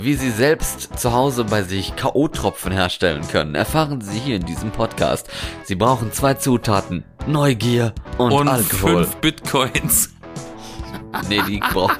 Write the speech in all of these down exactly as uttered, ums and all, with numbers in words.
Wie Sie selbst zu Hause bei sich K O-Tropfen herstellen können, erfahren Sie hier in diesem Podcast. Sie brauchen zwei Zutaten, Neugier und, und Alkohol. fünf Bitcoins. Nee, die brauchen...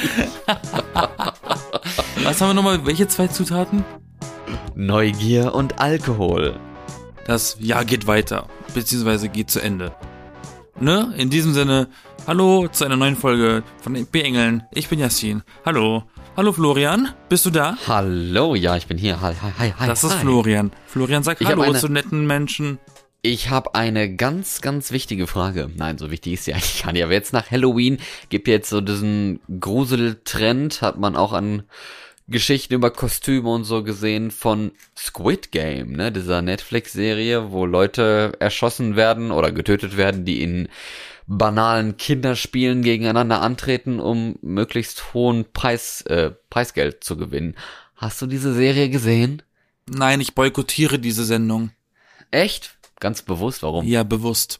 Was haben wir nochmal? Welche zwei Zutaten? Neugier und Alkohol. Das Jahr geht weiter, beziehungsweise geht zu Ende. Ne? In diesem Sinne, hallo zu einer neuen Folge von den B-Engeln. Ich bin Yassin. Hallo. Hallo Florian, bist du da? Hallo, ja, ich bin hier. Hi, hi, hi, hi. Das ist Florian. Florian, sag Ich Hallo hab eine- zu netten Menschen. Ich habe eine ganz, ganz wichtige Frage. Nein, so wichtig ist sie eigentlich gar nicht. Aber jetzt nach Halloween gibt jetzt so diesen Gruseltrend, hat man auch an Geschichten über Kostüme und so gesehen von Squid Game, ne, dieser Netflix-Serie, wo Leute erschossen werden oder getötet werden, die in banalen Kinderspielen gegeneinander antreten, um möglichst hohen Preis, äh, Preisgeld zu gewinnen. Hast du diese Serie gesehen? Nein, ich boykottiere diese Sendung. Echt? Ganz bewusst, warum? Ja, bewusst.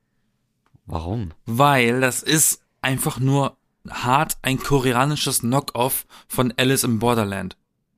Warum? Weil das ist einfach nur hart ein koreanisches Knock-off von Alice im Borderland.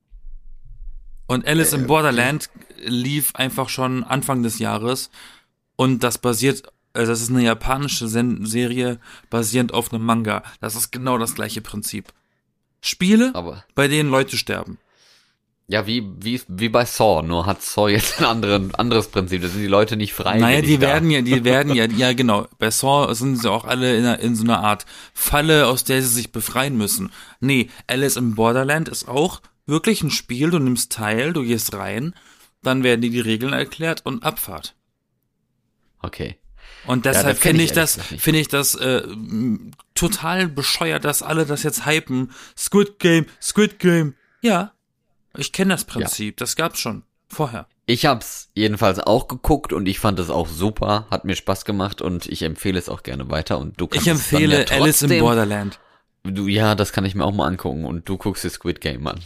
Und Alice Äh, im Borderland lief einfach schon Anfang des Jahres und das basiert, also das ist eine japanische Sen- Serie basierend auf einem Manga. Das ist genau das gleiche Prinzip. Spiele, Aber bei denen Leute sterben. ja, wie wie wie bei Saw, nur hat Saw jetzt ein anderen, anderes Prinzip. Da sind die Leute nicht frei. Naja, die werden ja, die werden ja, ja genau, bei Saw sind sie auch alle in, einer, in so einer Art Falle, aus der sie sich befreien müssen. Nee, Alice im Borderland ist auch wirklich ein Spiel, du nimmst teil, du gehst rein, dann werden dir die Regeln erklärt und Abfahrt. Okay. Und Ja, deshalb das kenn finde ich ich das, ehrlich gesagt nicht. finde ich das äh, m, total bescheuert, dass alle das jetzt hypen. Squid Game, Squid Game. Ja, ich kenne das Prinzip, das gab's schon vorher. Ich hab's jedenfalls auch geguckt und ich fand es auch super, hat mir Spaß gemacht und ich empfehle es auch gerne weiter und du kannst Ich es dann empfehle ja Alice im trotzdem- Borderland. Du, ja, das kann ich mir auch mal angucken und du guckst dir Squid Game an.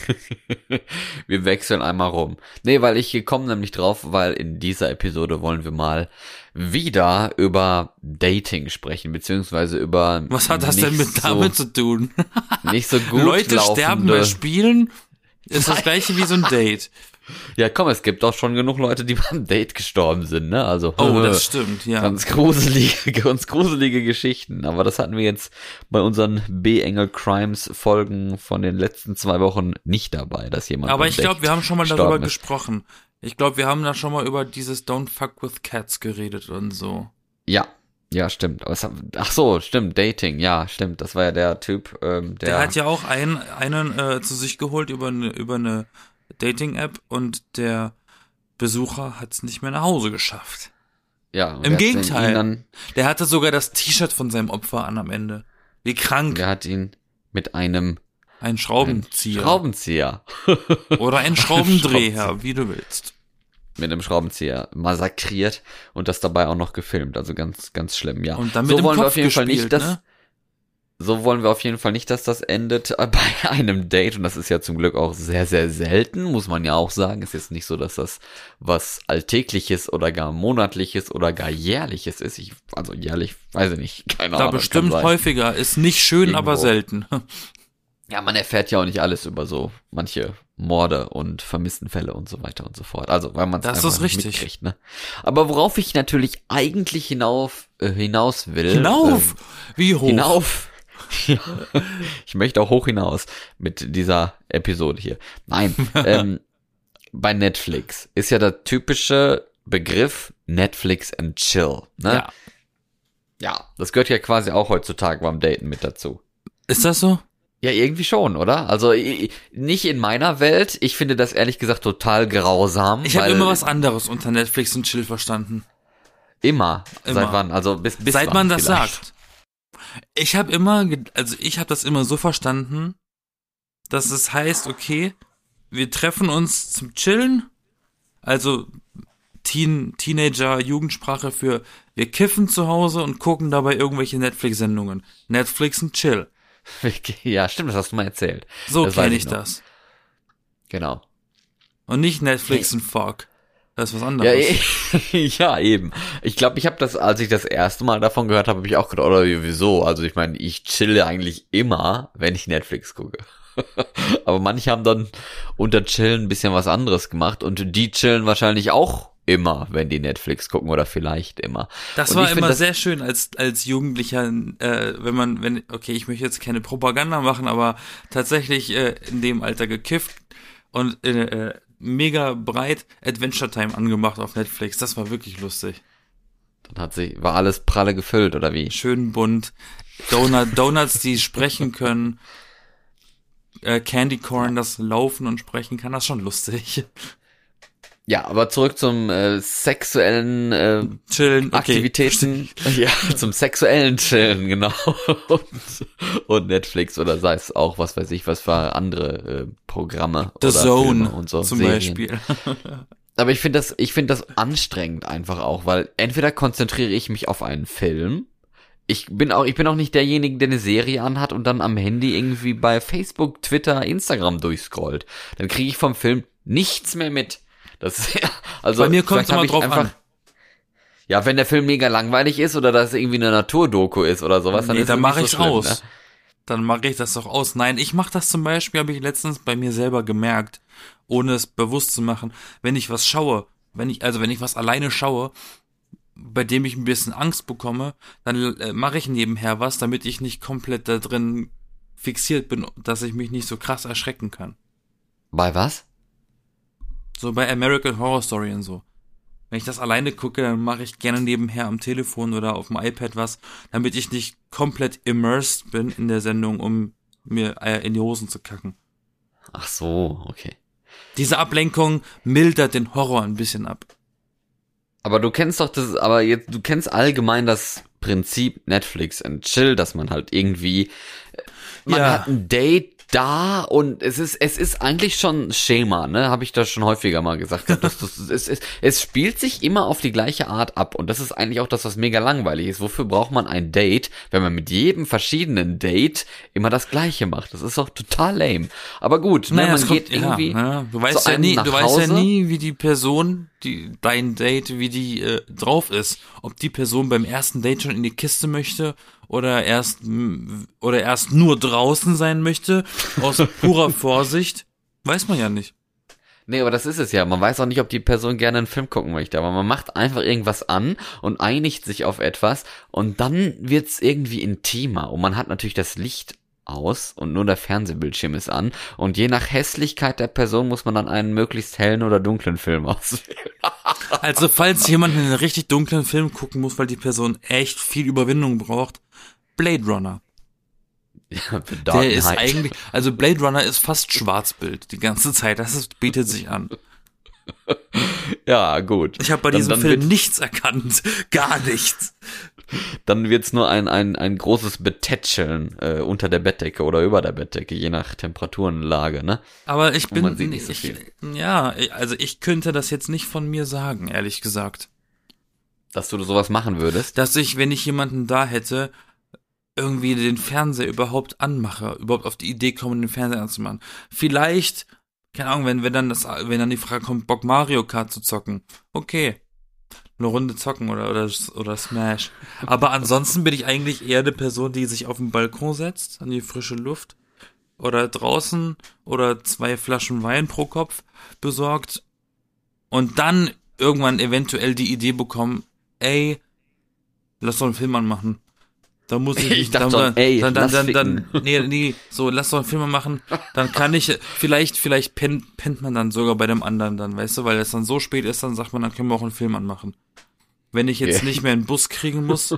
Wir wechseln einmal rum. Nee, weil ich komme nämlich drauf, weil in dieser Episode wollen wir mal wieder über Dating sprechen, beziehungsweise über Was hat das denn nicht mit damit zu tun? so, nicht so gut Leute sterben bei laufende... Spielen? Ist das gleiche wie so ein Date. Ja, komm, es gibt doch schon genug Leute, die beim Date gestorben sind, ne? Also Oh, das stimmt, ja. ganz gruselige, ganz gruselige Geschichten. Aber das hatten wir jetzt bei unseren B-Engel Crimes Folgen von den letzten zwei Wochen nicht dabei, dass jemand. Aber beim ich glaube, Date wir haben schon mal darüber gestorben ist. gesprochen. Ich glaube, wir haben da schon mal über dieses Don't fuck with cats geredet und so. Ja, ja, stimmt. Aber es hat, ach so, stimmt, Dating, ja, stimmt. Das war ja der Typ, ähm, der. Der hat ja auch einen, einen äh, zu sich geholt über eine, über eine Dating-App und der Besucher hat es nicht mehr nach Hause geschafft. ja, und Im der hat ihn Gegenteil. Dann, Der hatte sogar das T-Shirt von seinem Opfer an am Ende. Wie krank. der hat ihn mit einem Ein Schraubenzieher. Schraubenzieher. Oder ein Schraubendreher, wie du willst. mit einem Schraubenzieher massakriert und das dabei auch noch gefilmt, also ganz, ganz schlimm, ja. Und dann mit so dem wollen wir Kopf auf jeden Fall gespielt, nicht, dass, ne? so wollen wir auf jeden Fall nicht, dass das endet äh, bei einem Date und das ist ja zum Glück auch sehr, sehr selten, muss man ja auch sagen. Ist jetzt nicht so, dass das was Alltägliches oder gar Monatliches oder gar Jährliches ist. Ich, also jährlich, weiß ich nicht, keine Da Ahnung. bestimmt kann sein. häufiger. Ist nicht schön, Irgendwo. aber selten. Ja, man erfährt ja auch nicht alles über so manche Morde und Vermisstenfälle und so weiter und so fort. Also, weil man es Das einfach ist nicht richtig. mitkriegt, ne? Aber worauf ich natürlich eigentlich hinauf, äh, hinaus will. Hinauf! Ähm, Wie hoch? Hinauf. Ja, ich möchte auch hoch hinaus mit dieser Episode hier. Nein, ähm, bei Netflix ist ja der typische Begriff Netflix and Chill, ne? Ja. Ja, das gehört ja quasi auch heutzutage beim Daten mit dazu. Ist das so? Ja, irgendwie schon, oder? Also i- nicht in meiner Welt. Ich finde das ehrlich gesagt total grausam. Ich habe weil immer was anderes unter Netflix und Chill verstanden. Immer. Immer. Seit wann? Also bis, bis Seit wann man das vielleicht? sagt. Ich habe immer, ge- also ich habe das immer so verstanden, dass es heißt, okay, wir treffen uns zum Chillen, also Teen, Teenager, Jugendsprache für wir kiffen zu Hause und gucken dabei irgendwelche Netflix-Sendungen. Netflix und Chill. Ja, stimmt, das hast du mal erzählt. So Das weiß kenne ich noch. das. Genau. Und nicht Netflix Nee. und Fuck. Das ist was Ja, anderes. eh- ja, eben. Ich glaube, ich habe das, als ich das erste Mal davon gehört habe, habe ich auch gedacht, oder wieso? Also ich meine, ich chille eigentlich immer, wenn ich Netflix gucke. Aber manche haben dann unter Chillen ein bisschen was anderes gemacht und die chillen wahrscheinlich auch immer, wenn die Netflix gucken oder vielleicht immer. Das und war ich find, immer das, sehr schön als als Jugendlicher, äh, wenn man, wenn, okay, ich möchte jetzt keine Propaganda machen, aber tatsächlich äh, in dem Alter gekifft und äh, mega breit Adventure Time angemacht auf Netflix. Das war wirklich lustig. Dann hat sie, war alles pralle gefüllt, oder wie? Schön bunt. Donut, Donuts, die sprechen können. Äh, Candy Corn, das laufen und sprechen kann. Das ist schon lustig. Ja, aber zurück zum äh, sexuellen äh, Chillen, okay. Aktivitäten. Ja, zum sexuellen Chillen, genau. Und, und Netflix oder sei es auch, was weiß ich, was für andere äh, Programme The oder Zone Filme und so. zum Serien. Beispiel. Aber ich finde das, ich finde das anstrengend einfach auch, weil entweder konzentriere ich mich auf einen Film. Ich bin auch, ich bin auch nicht derjenige, der eine Serie anhat und dann am Handy irgendwie bei Facebook, Twitter, Instagram durchscrollt. Dann kriege ich vom Film nichts mehr mit. Das ist, ja, also bei mir kommt es immer drauf einfach, an. Ja, wenn der Film mega langweilig ist oder das irgendwie eine Naturdoku ist oder sowas, dann nee, ist dann mache so ich schlimm, aus. Ne? Dann mache ich das doch aus. Nein, ich mache das zum Beispiel, habe ich letztens bei mir selber gemerkt, ohne es bewusst zu machen. Wenn ich was schaue, wenn ich, also wenn ich was alleine schaue, bei dem ich ein bisschen Angst bekomme, dann äh, mache ich nebenher was, damit ich nicht komplett da drin fixiert bin, dass ich mich nicht so krass erschrecken kann. Bei was? So bei American Horror Story und so. Wenn ich das alleine gucke, dann mache ich gerne nebenher am Telefon oder auf dem iPad was, damit ich nicht komplett immersed bin in der Sendung, um mir äh, in die Hosen zu kacken. Ach so, okay. Diese Ablenkung mildert den Horror ein bisschen ab. Aber du kennst doch das, aber jetzt, du kennst allgemein das Prinzip Netflix and Chill, dass man halt irgendwie, man Ja. hat ein Date da und es ist, es ist eigentlich schon Schema, ne, habe ich da schon häufiger mal gesagt. Das, das, es, es, es spielt sich immer auf die gleiche Art ab und das ist eigentlich auch das, was mega langweilig ist. Wofür braucht man ein Date, wenn man mit jedem verschiedenen Date immer das Gleiche macht? Das ist doch total lame. Aber gut, ne, Naja, man es geht kommt, irgendwie. Ja, ja. Du weißt zu ja einem nie, nach du weißt ja Hause. nie, wie die Person, die dein Date, wie die äh, drauf ist. Ob die Person beim ersten Date schon in die Kiste möchte oder erst m, oder erst nur draußen sein möchte aus purer Vorsicht, weiß man ja nicht. Nee, aber das ist es ja. Man weiß auch nicht, ob die Person gerne einen Film gucken möchte, aber man macht einfach irgendwas an und einigt sich auf etwas und dann wird's irgendwie intimer und man hat natürlich das Licht aus und nur der Fernsehbildschirm ist an und je nach Hässlichkeit der Person muss man dann einen möglichst hellen oder dunklen Film auswählen. Also falls jemand einen richtig dunklen Film gucken muss, weil die Person echt viel Überwindung braucht, Blade Runner. Ja, Der ist eigentlich, also Blade Runner ist fast Schwarzbild die ganze Zeit, das ist, bietet sich an. Ja, gut. Ich habe bei Dann- diesem dann Film wird- nichts erkannt, gar nichts. Dann wird's nur ein, ein, ein großes Betätscheln äh, unter der Bettdecke oder über der Bettdecke, je nach Temperaturenlage, ne? Aber ich Und bin, man sieht nicht so ich, viel. ja, also ich könnte das jetzt nicht von mir sagen, ehrlich gesagt. Dass du sowas machen würdest. Dass ich, wenn ich jemanden da hätte, irgendwie den Fernseher überhaupt anmache, überhaupt auf die Idee komme, den Fernseher anzumachen. Vielleicht, keine Ahnung, wenn, wenn dann das, wenn dann die Frage kommt, Bock Mario Kart zu zocken. Okay. Eine Runde zocken oder, oder, oder Smash. Aber ansonsten bin ich eigentlich eher eine Person, die sich auf den Balkon setzt, an die frische Luft. Oder draußen oder zwei Flaschen Wein pro Kopf besorgt. Und dann irgendwann eventuell die Idee bekommen, ey, lass doch einen Film anmachen. Da muss ich, Ich dachte dann, schon, ey, dann, dann, lass dann, dann, ficken. nee, nee, so, lass doch einen Film machen, dann kann ich, vielleicht, vielleicht pennt, pennt man dann sogar bei dem anderen dann, weißt du, weil es dann so spät ist, dann sagt man, dann können wir auch einen Film anmachen. Wenn ich jetzt Ja. nicht mehr einen Bus kriegen muss,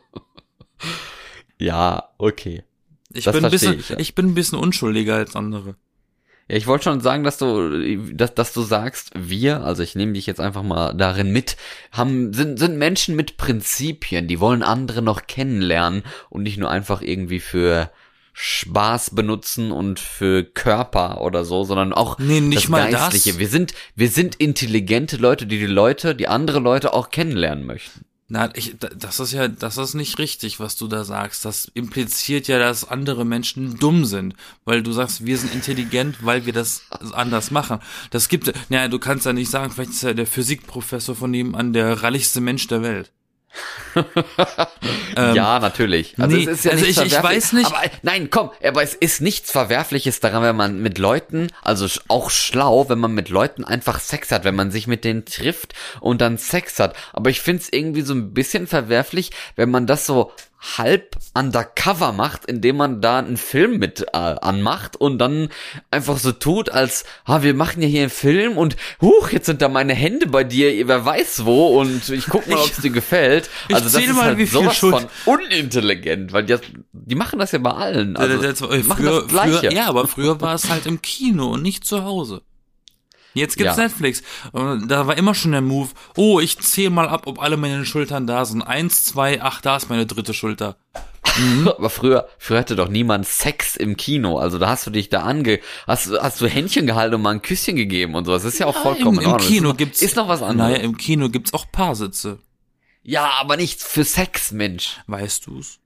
Ja, okay. ich Das bin ein verstehe bisschen, ich, ja. ich bin ein bisschen unschuldiger als andere. Ja, ich wollte schon sagen, dass du, dass, dass du sagst, wir, also ich nehme dich jetzt einfach mal darin mit, haben, sind, sind Menschen mit Prinzipien, die wollen andere noch kennenlernen und nicht nur einfach irgendwie für Spaß benutzen und für Körper oder so, sondern auch Nee, nicht das mal Geistliche. das. Wir sind, wir sind intelligente Leute, die die Leute, die andere Leute auch kennenlernen möchten. Na, ich, da- das ist ja, das ist nicht richtig, was du da sagst. Das impliziert ja, dass andere Menschen dumm sind, weil du sagst, wir sind intelligent, weil wir das anders machen. Das gibt, naja, du kannst ja nicht sagen, vielleicht ist ja der Physikprofessor von nebenan der ralligste Mensch der Welt. ähm, ja, natürlich. Also, nee, es ist ja also nichts ich, ich verwerflich- weiß nicht. Aber äh, nein, komm, aber es ist nichts Verwerfliches daran, wenn man mit Leuten, also sch- auch schlau, wenn man mit Leuten einfach Sex hat, wenn man sich mit denen trifft und dann Sex hat. Aber ich find's irgendwie so ein bisschen verwerflich, wenn man das so halb undercover macht, indem man da einen Film mit äh, anmacht und dann einfach so tut, als, ah, wir machen ja hier einen Film und, huch, jetzt sind da meine Hände bei dir, wer weiß wo und ich guck mal, ob es dir gefällt. ich Also das zähl ist mal, halt wie viel sowas Schuld- von unintelligent, weil die, die machen das ja bei allen. Also, Also, das, die machen früher, das Gleiche. früher, ja, aber früher war es halt im Kino und nicht zu Hause. Jetzt gibt's Ja. Netflix. Und da war immer schon der Move, oh, ich zähle mal ab, ob alle meine Schultern da sind. Eins, zwei, ach, da ist meine dritte Schulter. Aber früher, früher hatte doch niemand Sex im Kino. Also da hast du dich da ange, hast, hast du Händchen gehalten und mal ein Küsschen gegeben und sowas. Das ist ja auch vollkommen Im, in im Ordnung. Kino ist noch, gibt's, ist noch was anderes. Naja, im Kino gibt's auch Paarsitze. Ja, aber nicht für Sex, Mensch. Weißt du's?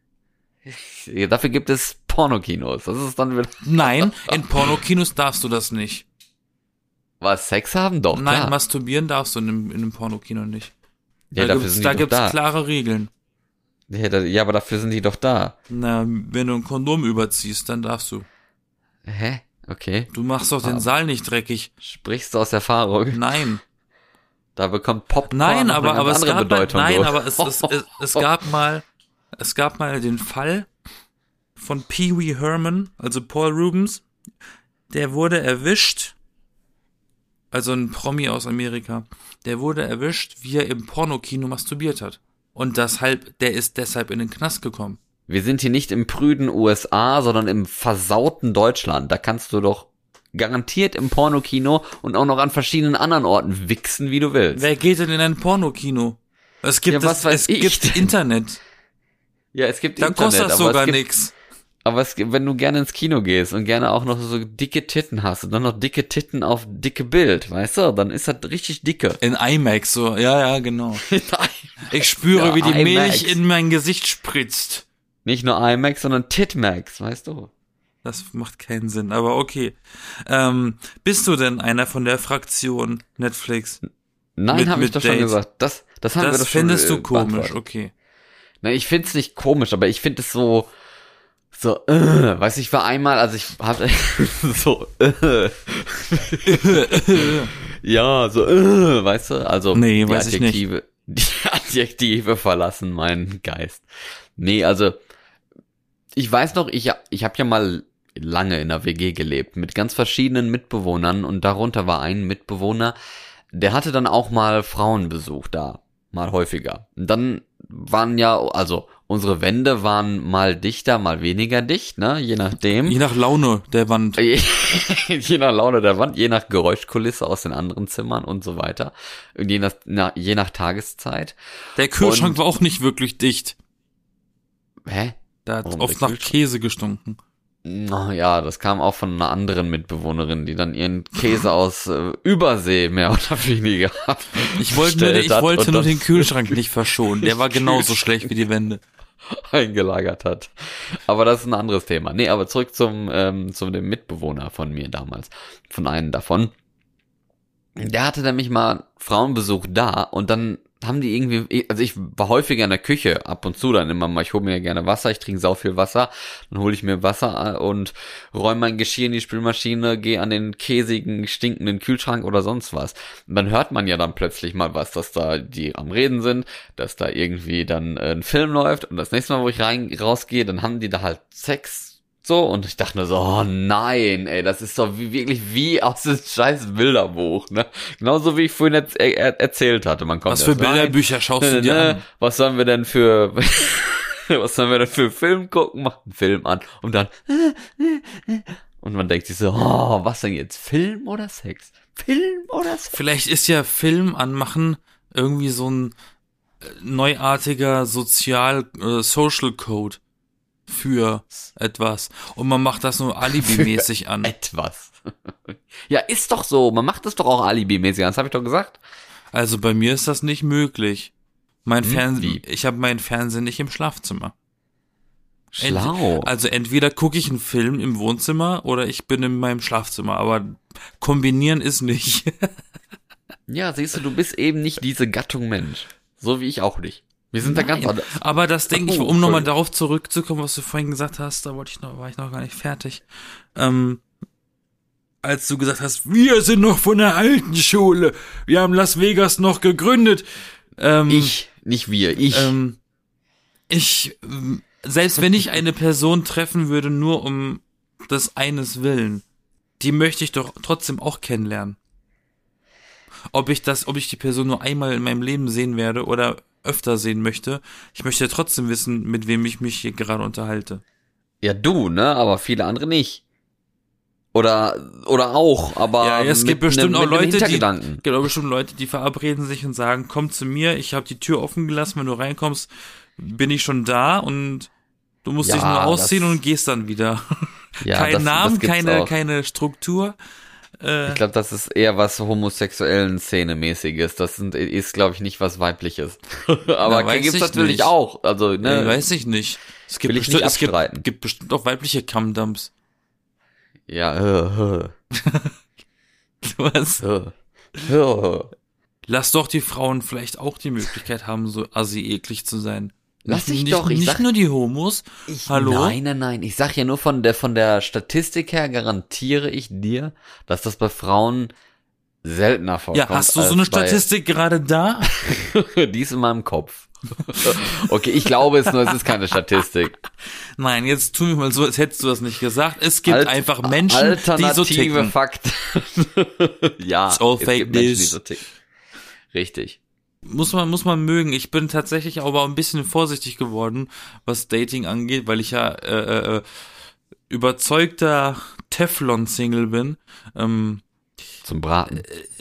Ja, dafür gibt es Pornokinos. Das ist dann wieder, Nein, in Pornokinos darfst du das nicht. was, Sex haben? Doch, Nein, klar. masturbieren darfst du in einem, in einem Pornokino nicht. Ja, da dafür gibt's, sind die da doch gibt's da. klare Regeln. Ja, da, ja, aber dafür sind die doch da. Na, wenn du ein Kondom überziehst, dann darfst du. Hä? Okay. Du machst doch den Aber- Saal nicht dreckig. Sprichst du aus Erfahrung? Nein. Da bekommt Popcorn Nein, noch aber, eine aber ganz es andere gab mal, Bedeutung. nein, du. aber es, es, es, es gab mal, es gab mal den Fall von Pee Wee Herman, also Paul Rubens, der wurde erwischt, also ein Promi aus Amerika, der wurde erwischt, wie er im Pornokino masturbiert hat. Und deshalb, der ist deshalb in den Knast gekommen. Wir sind hier nicht im prüden U S A, sondern im versauten Deutschland. Da kannst du doch garantiert im Pornokino und auch noch an verschiedenen anderen Orten wichsen, wie du willst. Wer geht denn in ein Pornokino? Es gibt, Ja, was es, weiß es ich gibt denn? Internet. Ja, es gibt Da Internet, kostet das aber sogar es gibt, nix. aber es gibt, wenn du gerne ins Kino gehst und gerne auch noch so dicke Titten hast und dann noch dicke Titten auf dicke Bild, weißt du, dann ist das richtig dicke. In IMAX, so, ja, ja, genau. Ich spüre, Ja, wie die IMAX. Milch in mein Gesicht spritzt. Nicht nur IMAX, sondern Titmax, weißt du. Das macht keinen Sinn, aber okay. Ähm, bist du denn einer von der Fraktion Netflix? Nein, Mit- habe ich mit doch schon Date. gesagt. Das, das haben wir Das doch schon findest äh, du komisch, beantwortet. okay. Na, ich find's nicht komisch, aber ich find es so, so, äh, weiß ich, war einmal, also ich hab so, äh, ja, so, äh, weißt du, also Nee, die weiß ich nicht. Adjektive, die Adjektive verlassen meinen Geist. Nee, also ich weiß noch, ich, ich habe ja mal lange in einer W G gelebt mit ganz verschiedenen Mitbewohnern und darunter war ein Mitbewohner, der hatte dann auch mal Frauenbesuch da, mal häufiger. Und dann waren ja, also unsere Wände waren mal dichter, mal weniger dicht, ne, je nachdem. Je nach Laune der Wand. Je nach Laune der Wand, je nach Geräuschkulisse aus den anderen Zimmern und so weiter. Und je nach, na, je nach Tageszeit. Der Kühlschrank Und- war auch nicht wirklich dicht. Hä? Da hat Warum oft der nach Kühlschrank? Käse gestunken. Na ja, das kam auch von einer anderen Mitbewohnerin, die dann ihren Käse aus äh, Übersee mehr oder weniger Ich wollte nur, bestellt ich hat wollte und nur dann den Kühlschrank nicht verschonen. Der war genauso schlecht wie die Wände. eingelagert hat. Aber das ist ein anderes Thema. Nee, aber zurück zum, ähm, zu dem Mitbewohner von mir damals. Von einem davon. Der hatte nämlich mal Frauenbesuch da und dann haben die irgendwie, also ich war häufiger in der Küche, ab und zu dann immer mal, ich hole mir gerne Wasser, ich trinke sau viel Wasser, dann hole ich mir Wasser und räume mein Geschirr in die Spülmaschine, gehe an den käsigen, stinkenden Kühlschrank oder sonst was. Und dann hört man ja dann plötzlich mal was, dass da die am Reden sind, dass da irgendwie dann äh, ein Film läuft und das nächste Mal, wo ich rein rausgehe, dann haben die da halt Sex. So, und ich dachte nur so, oh nein, ey, das ist doch wie, wirklich wie aus dem scheiß Bilderbuch, ne? Genauso wie ich vorhin erz er erzählt hatte, man kommt Was für erst rein, Bilderbücher schaust du ne, dir ne, an? was sollen wir denn für, was sollen wir denn für Film gucken? Macht einen Film an und dann, und man denkt sich so, oh, was denn jetzt, Film oder Sex? Film oder Sex? Vielleicht ist ja Film anmachen irgendwie so ein äh, neuartiger Sozial, äh, Social Code für etwas. Und man macht das nur alibimäßig an. Etwas. Ja, ist doch so, man macht das doch auch alibimäßig, das habe ich doch gesagt. Also bei mir ist das nicht möglich. Mein Hm, Fernsehen, wie? ich habe meinen Fernseher nicht im Schlafzimmer. Schlau. Ent, also entweder gucke ich einen Film im Wohnzimmer oder ich bin in meinem Schlafzimmer, aber kombinieren ist nicht. Ja, siehst du, du bist eben nicht diese Gattung Mensch. So wie ich auch nicht. Wir sind Nein, da ganz anders. Aber das denke ich, Oh, um nochmal Entschuldigung. darauf zurückzukommen, was du vorhin gesagt hast, da wollte ich noch, war ich noch gar nicht fertig. Ähm, als du gesagt hast, wir sind noch von der alten Schule, wir haben Las Vegas noch gegründet. Ähm, Ich, nicht wir, ich. Ähm, ich, ähm, selbst wenn ich eine Person treffen würde, nur um des eines Willen, die möchte ich doch trotzdem auch kennenlernen. Ob ich das, ob ich die Person nur einmal in meinem Leben sehen werde oder öfter sehen möchte, ich möchte trotzdem wissen, mit wem ich mich hier gerade unterhalte. Ja, du, ne, aber viele andere nicht. Oder, oder auch, aber Ja, es mit gibt bestimmt nem, auch mit nem Leute, die, Hintergedanken. genau, bestimmt Leute, die verabreden sich und sagen, komm zu mir, ich habe die Tür offen gelassen, wenn du reinkommst, bin ich schon da und du musst Ja, dich nur ausziehen das- und gehst dann wieder. Ja, Kein das- Namen, das gibt's keine, auch. keine Struktur. Äh, Ich glaube, das ist eher was homosexuellen Szene-mäßiges. Das sind, ist, glaube ich, nicht was Weibliches. Aber Na, weiß gibt's ich natürlich nicht. auch. Also, ne, äh, weiß ich nicht. Es gibt Will ich bestimmt, nicht es gibt, abstreiten. gibt bestimmt auch weibliche Cum-Dumps. ja, äh, äh, Was? äh, äh. Lass doch die Frauen vielleicht auch die Möglichkeit haben, so assi eklig zu sein. Lass nicht, ich nicht, doch, ich nicht sag- nur die Homos. Ich, Hallo? Nein, nein, nein. Ich sag ja nur von der, von der Statistik her garantiere ich dir, dass das bei Frauen seltener vorkommt. Ja, hast du so als eine bei- Statistik gerade da? Die ist in meinem Kopf. Okay, ich glaube es nur, es ist keine Statistik. Nein, jetzt tu mir mal so, als hättest du das nicht gesagt. Es gibt Alt- einfach Menschen, die so Alternative ticken. Fakten. ja, It's all es fake gibt Menschen, die news. so ticken. Richtig. Muss man, muss man mögen. Ich bin tatsächlich aber ein bisschen vorsichtig geworden, was Dating angeht, weil ich ja äh, äh, überzeugter Teflon-Single bin. Ähm, Zum Braten.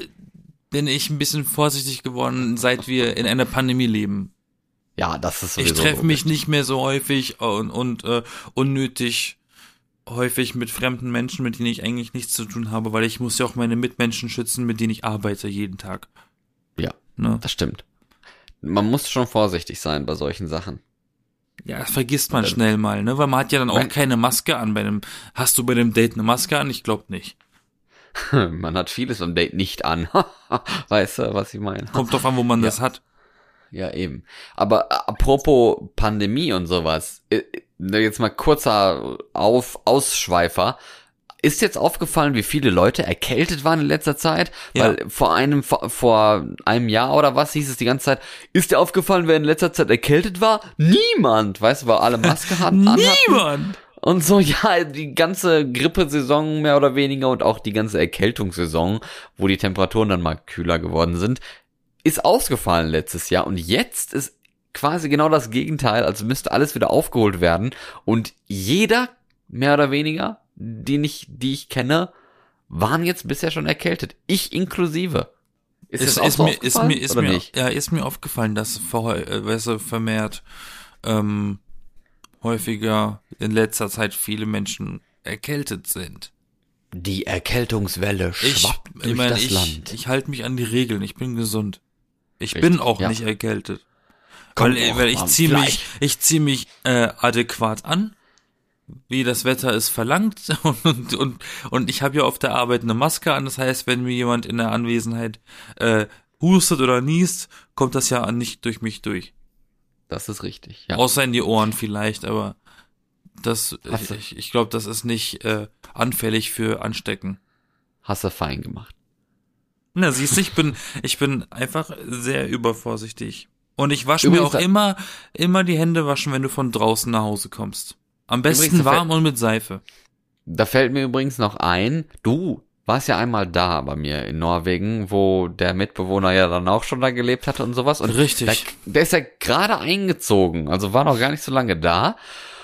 bin ich ein bisschen vorsichtig geworden, seit wir in einer Pandemie leben. Ja, das ist Ich sowieso treffe mich logisch. nicht mehr so häufig und, und äh, unnötig häufig mit fremden Menschen, mit denen ich eigentlich nichts zu tun habe, weil ich muss ja auch meine Mitmenschen schützen, mit denen ich arbeite jeden Tag. Ja, Ne? das stimmt. Man muss schon vorsichtig sein bei solchen Sachen. Ja, das vergisst man Ähm, schnell mal, ne? Weil man hat ja dann auch wenn- keine Maske an bei einem. Hast du bei dem Date eine Maske an? Ich glaube nicht. Man hat vieles am Date nicht an. Weißt du, was ich meine? Kommt drauf an, wo man Ja. das hat. Ja, eben. Aber äh, apropos Pandemie und sowas, äh, äh, jetzt mal kurzer Auf Ausschweifer. Ist jetzt aufgefallen, wie viele Leute erkältet waren in letzter Zeit? Ja. Weil vor einem vor, vor einem Jahr oder was hieß es die ganze Zeit, ist dir aufgefallen, wer in letzter Zeit erkältet war? Niemand, weißt du, weil alle Maske hatten. anhatten. Niemand! Und so, ja, die ganze Grippesaison mehr oder weniger und auch die ganze Erkältungssaison, wo die Temperaturen dann mal kühler geworden sind, ist ausgefallen letztes Jahr. Und jetzt ist quasi genau das Gegenteil, also müsste alles wieder aufgeholt werden. Und jeder, mehr oder weniger, den ich, die ich kenne, waren jetzt bisher schon erkältet. Ich inklusive. Ist Ist, das auch ist, so mir, ist aufgefallen, mir, ist oder mir, nicht? ja, ist mir aufgefallen, dass vor, äh, weißt du, vermehrt ähm, häufiger in letzter Zeit viele Menschen erkältet sind. Die Erkältungswelle Ich, schwappt ich durch meine, das ich, Land. ich halte mich an die Regeln, ich bin gesund. Ich Richtig, bin auch ja. nicht erkältet. Kommt Weil, auch weil ich am ziehe mich, Fleisch. ich ziehe mich äh, adäquat an, wie das Wetter es verlangt und und und ich habe ja auf der Arbeit eine Maske an. Das heißt, wenn mir jemand in der Anwesenheit äh, hustet oder niest, kommt das ja nicht durch mich durch. Das ist richtig, ja. Außer in die Ohren vielleicht, aber das Hast du- ich, ich glaube, das ist nicht äh, anfällig für Anstecken. Hast du fein gemacht. Na, siehst du, ich bin ich bin einfach sehr übervorsichtig. Und ich wasche mir Übrigens, auch da- immer immer die Hände waschen, wenn du von draußen nach Hause kommst. Am besten Übrigens, da warm und mit Seife. Da fällt mir übrigens noch ein, du warst ja einmal da bei mir in Norwegen, wo der Mitbewohner ja dann auch schon da gelebt hatte und sowas. Und Richtig. Da, der ist ja gerade eingezogen, also war noch gar nicht so lange da.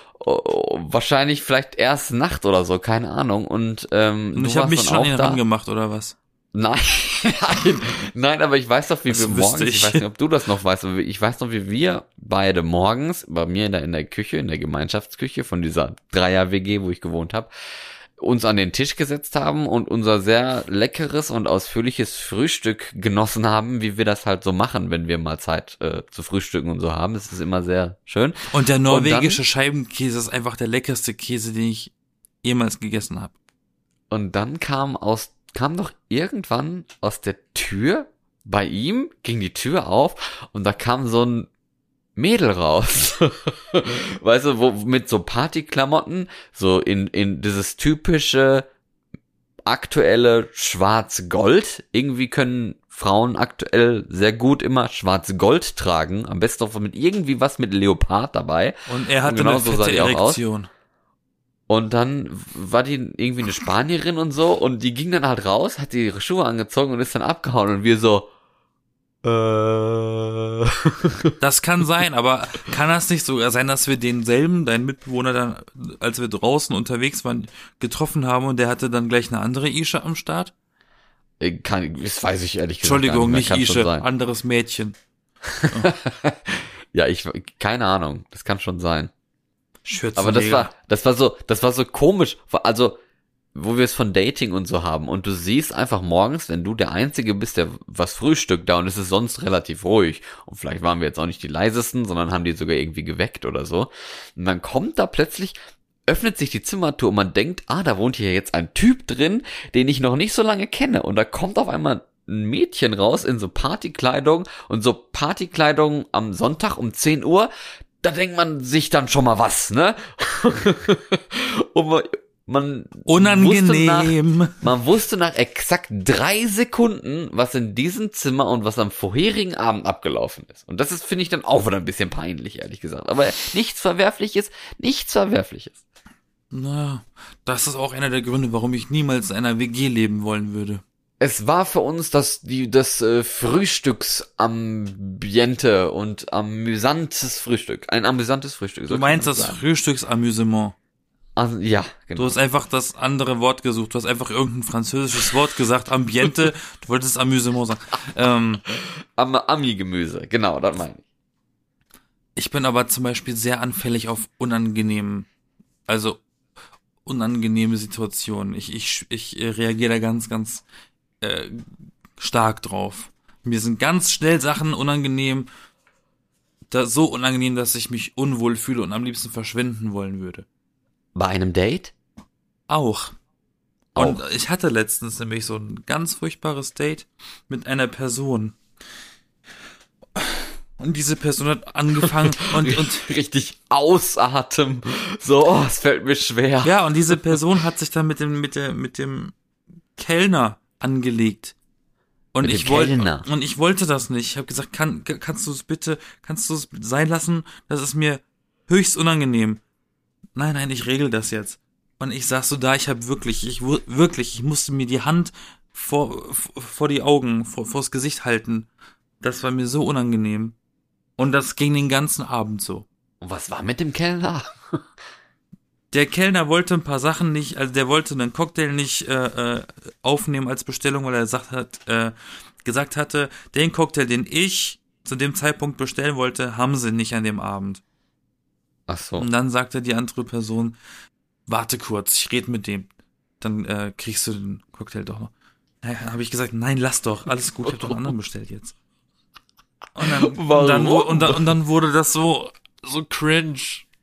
Oh, wahrscheinlich vielleicht erst Nacht oder so, keine Ahnung. Und, ähm, Und du ich habe warst mich dann schon auch an ihn da. rangemacht, oder was? Nein, nein, nein, aber ich weiß doch, wie Das wir wüsste morgens, ich. ich. weiß nicht, ob du das noch weißt, aber ich weiß noch, wie wir beide morgens bei mir in der, in der Küche, in der Gemeinschaftsküche von dieser Dreier-W G, wo ich gewohnt habe, uns an den Tisch gesetzt haben und unser sehr leckeres und ausführliches Frühstück genossen haben, wie wir das halt so machen, wenn wir mal Zeit äh, zu frühstücken und so haben. Das ist immer sehr schön. Und der norwegische dann- Scheibenkäse ist einfach der leckerste Käse, den ich jemals gegessen habe. Und dann kam aus, kam doch irgendwann aus der Tür bei ihm, ging die Tür auf und da kam so ein Mädel raus. Weißt du, wo mit so Partyklamotten, so in, in dieses typische aktuelle Schwarz-Gold. Irgendwie können Frauen aktuell sehr gut immer Schwarz-Gold tragen. Am besten auch mit irgendwie was mit Leopard dabei. Und er hatte Und genau eine so fette sah die auch Erektion. Und dann war die irgendwie eine Spanierin und so und die ging dann halt raus, hat ihre Schuhe angezogen und ist dann abgehauen und wir so, äh. Das kann sein, aber kann das nicht sogar sein, dass wir denselben, deinen Mitbewohner dann, als wir draußen unterwegs waren, getroffen haben und der hatte dann gleich eine andere Isha am Start? Kann, das weiß ich ehrlich gesagt Entschuldigung, nicht, nicht Isha, anderes Mädchen. Oh. Ja, ich, keine Ahnung, das kann schon sein. Aber das war, das war so, das war so komisch, also, wo wir es von Dating und so haben und du siehst einfach morgens, wenn du der Einzige bist, der was frühstückt da und es ist sonst relativ ruhig und vielleicht waren wir jetzt auch nicht die leisesten, sondern haben die sogar irgendwie geweckt oder so und dann kommt da plötzlich, öffnet sich die Zimmertür und man denkt, ah, da wohnt hier jetzt ein Typ drin, den ich noch nicht so lange kenne und da kommt auf einmal ein Mädchen raus in so Partykleidung und so Partykleidung am Sonntag um zehn Uhr, da denkt man sich dann schon mal was, ne? Und man, man unangenehm. Wusste nach, man wusste nach exakt drei Sekunden, was in diesem Zimmer und was am vorherigen Abend abgelaufen ist. Und das ist, finde ich, dann auch wieder ein bisschen peinlich, ehrlich gesagt. Aber nichts Verwerfliches, nichts Verwerfliches. Na, das ist auch einer der Gründe, warum ich niemals in einer W G leben wollen würde. Es war für uns das, die, das äh, Frühstücksambiente und amüsantes Frühstück. Ein amüsantes Frühstück. Du meinst das sagen. Frühstücksamüsement. Also, ja, genau. Du hast einfach das andere Wort gesucht. Du hast einfach irgendein französisches Wort gesagt. Ambiente. Du wolltest Amüsement sagen. Ähm, Am, Ami-Gemüse. Genau, das meine ich. Ich bin aber zum Beispiel sehr anfällig auf unangenehmen, also unangenehme Situationen. Ich, ich, ich reagiere da ganz, ganz Äh, stark drauf. Mir sind ganz schnell Sachen unangenehm, da, so unangenehm, dass ich mich unwohl fühle und am liebsten verschwinden wollen würde. Bei einem Date? Auch. Auch. Und ich hatte letztens nämlich so ein ganz furchtbares Date mit einer Person. Und diese Person hat angefangen und, und richtig ausatmen. So, oh, es fällt mir schwer. Ja, und diese Person hat sich dann mit dem, mit der, mit dem Kellner angelegt. Und Mit ich wollte Kellner. und ich wollte das nicht. Ich habe gesagt, kann, kannst du es bitte, kannst du es sein lassen? Das ist mir höchst unangenehm. Nein, nein, ich regel das jetzt. Und ich saß so da, ich habe wirklich, ich wirklich, ich musste mir die Hand vor vor die Augen, vor vors Gesicht halten. Das war mir so unangenehm. Und das ging den ganzen Abend so. Und was war mit dem Kellner? Der Kellner wollte ein paar Sachen nicht, also der wollte einen Cocktail nicht äh, äh, aufnehmen als Bestellung, weil er gesagt hat, äh, gesagt hatte, den Cocktail, den ich zu dem Zeitpunkt bestellen wollte, haben sie nicht an dem Abend. Ach so. Und dann sagte die andere Person, warte kurz, ich rede mit dem. Dann äh, kriegst du den Cocktail doch noch. Dann habe ich gesagt, nein, lass doch, alles gut, ich habe doch einen anderen bestellt jetzt. Und dann, und dann, und dann, und dann wurde das so, so cringe.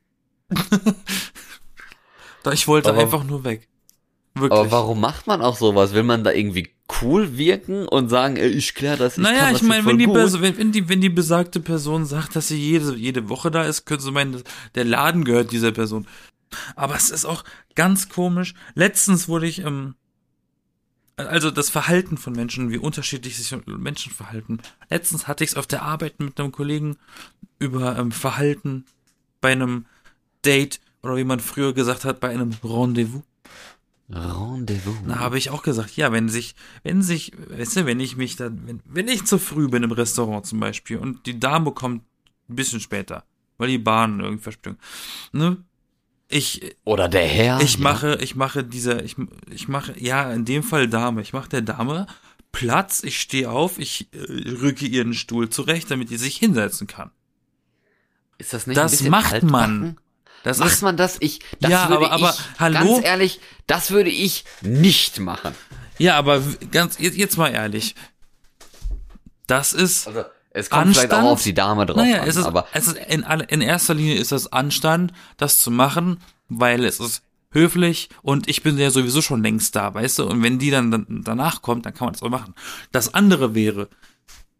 Ich wollte aber, einfach nur weg. Wirklich. Aber warum macht man auch sowas? Will man da irgendwie cool wirken und sagen, ey, ich klär das, ich naja, kann das ich meine, wenn die, gut. Person, wenn, wenn die wenn die besagte Person sagt, dass sie jede jede Woche da ist, können sie meinen, der Laden gehört dieser Person. Aber es ist auch ganz komisch. Letztens wurde ich, ähm, also das Verhalten von Menschen, wie unterschiedlich sich Menschen verhalten. Letztens hatte ich es auf der Arbeit mit einem Kollegen über ähm, Verhalten bei einem Date oder wie man früher gesagt hat, bei einem Rendezvous. Rendezvous. Na, habe ich auch gesagt, ja, wenn sich, wenn sich, weißt du, wenn ich mich dann, wenn, wenn ich zu früh bin im Restaurant zum Beispiel und die Dame kommt ein bisschen später, weil die Bahn irgendwie Verspätung, ne? Ich, oder der Herr. Ich ja. mache, ich mache diese, ich, ich mache, ja, in dem Fall Dame, ich mache der Dame Platz, ich stehe auf, ich äh, rücke ihren Stuhl zurecht, damit die sich hinsetzen kann. Ist das nicht das ein bisschen macht altbacken? man. Das Macht ist, man das? Ich, das ja, würde aber, aber, ich, hallo? ganz ehrlich, das würde ich nicht machen. Ja, aber ganz, jetzt, jetzt mal ehrlich. Das ist also, es kommt Anstand, vielleicht auch auf die Dame drauf naja, an, es ist, aber es ist in, alle, in erster Linie ist das Anstand, das zu machen, weil es ist höflich und ich bin ja sowieso schon längst da, weißt du? Und wenn die dann, dann danach kommt, dann kann man das auch machen. Das andere wäre,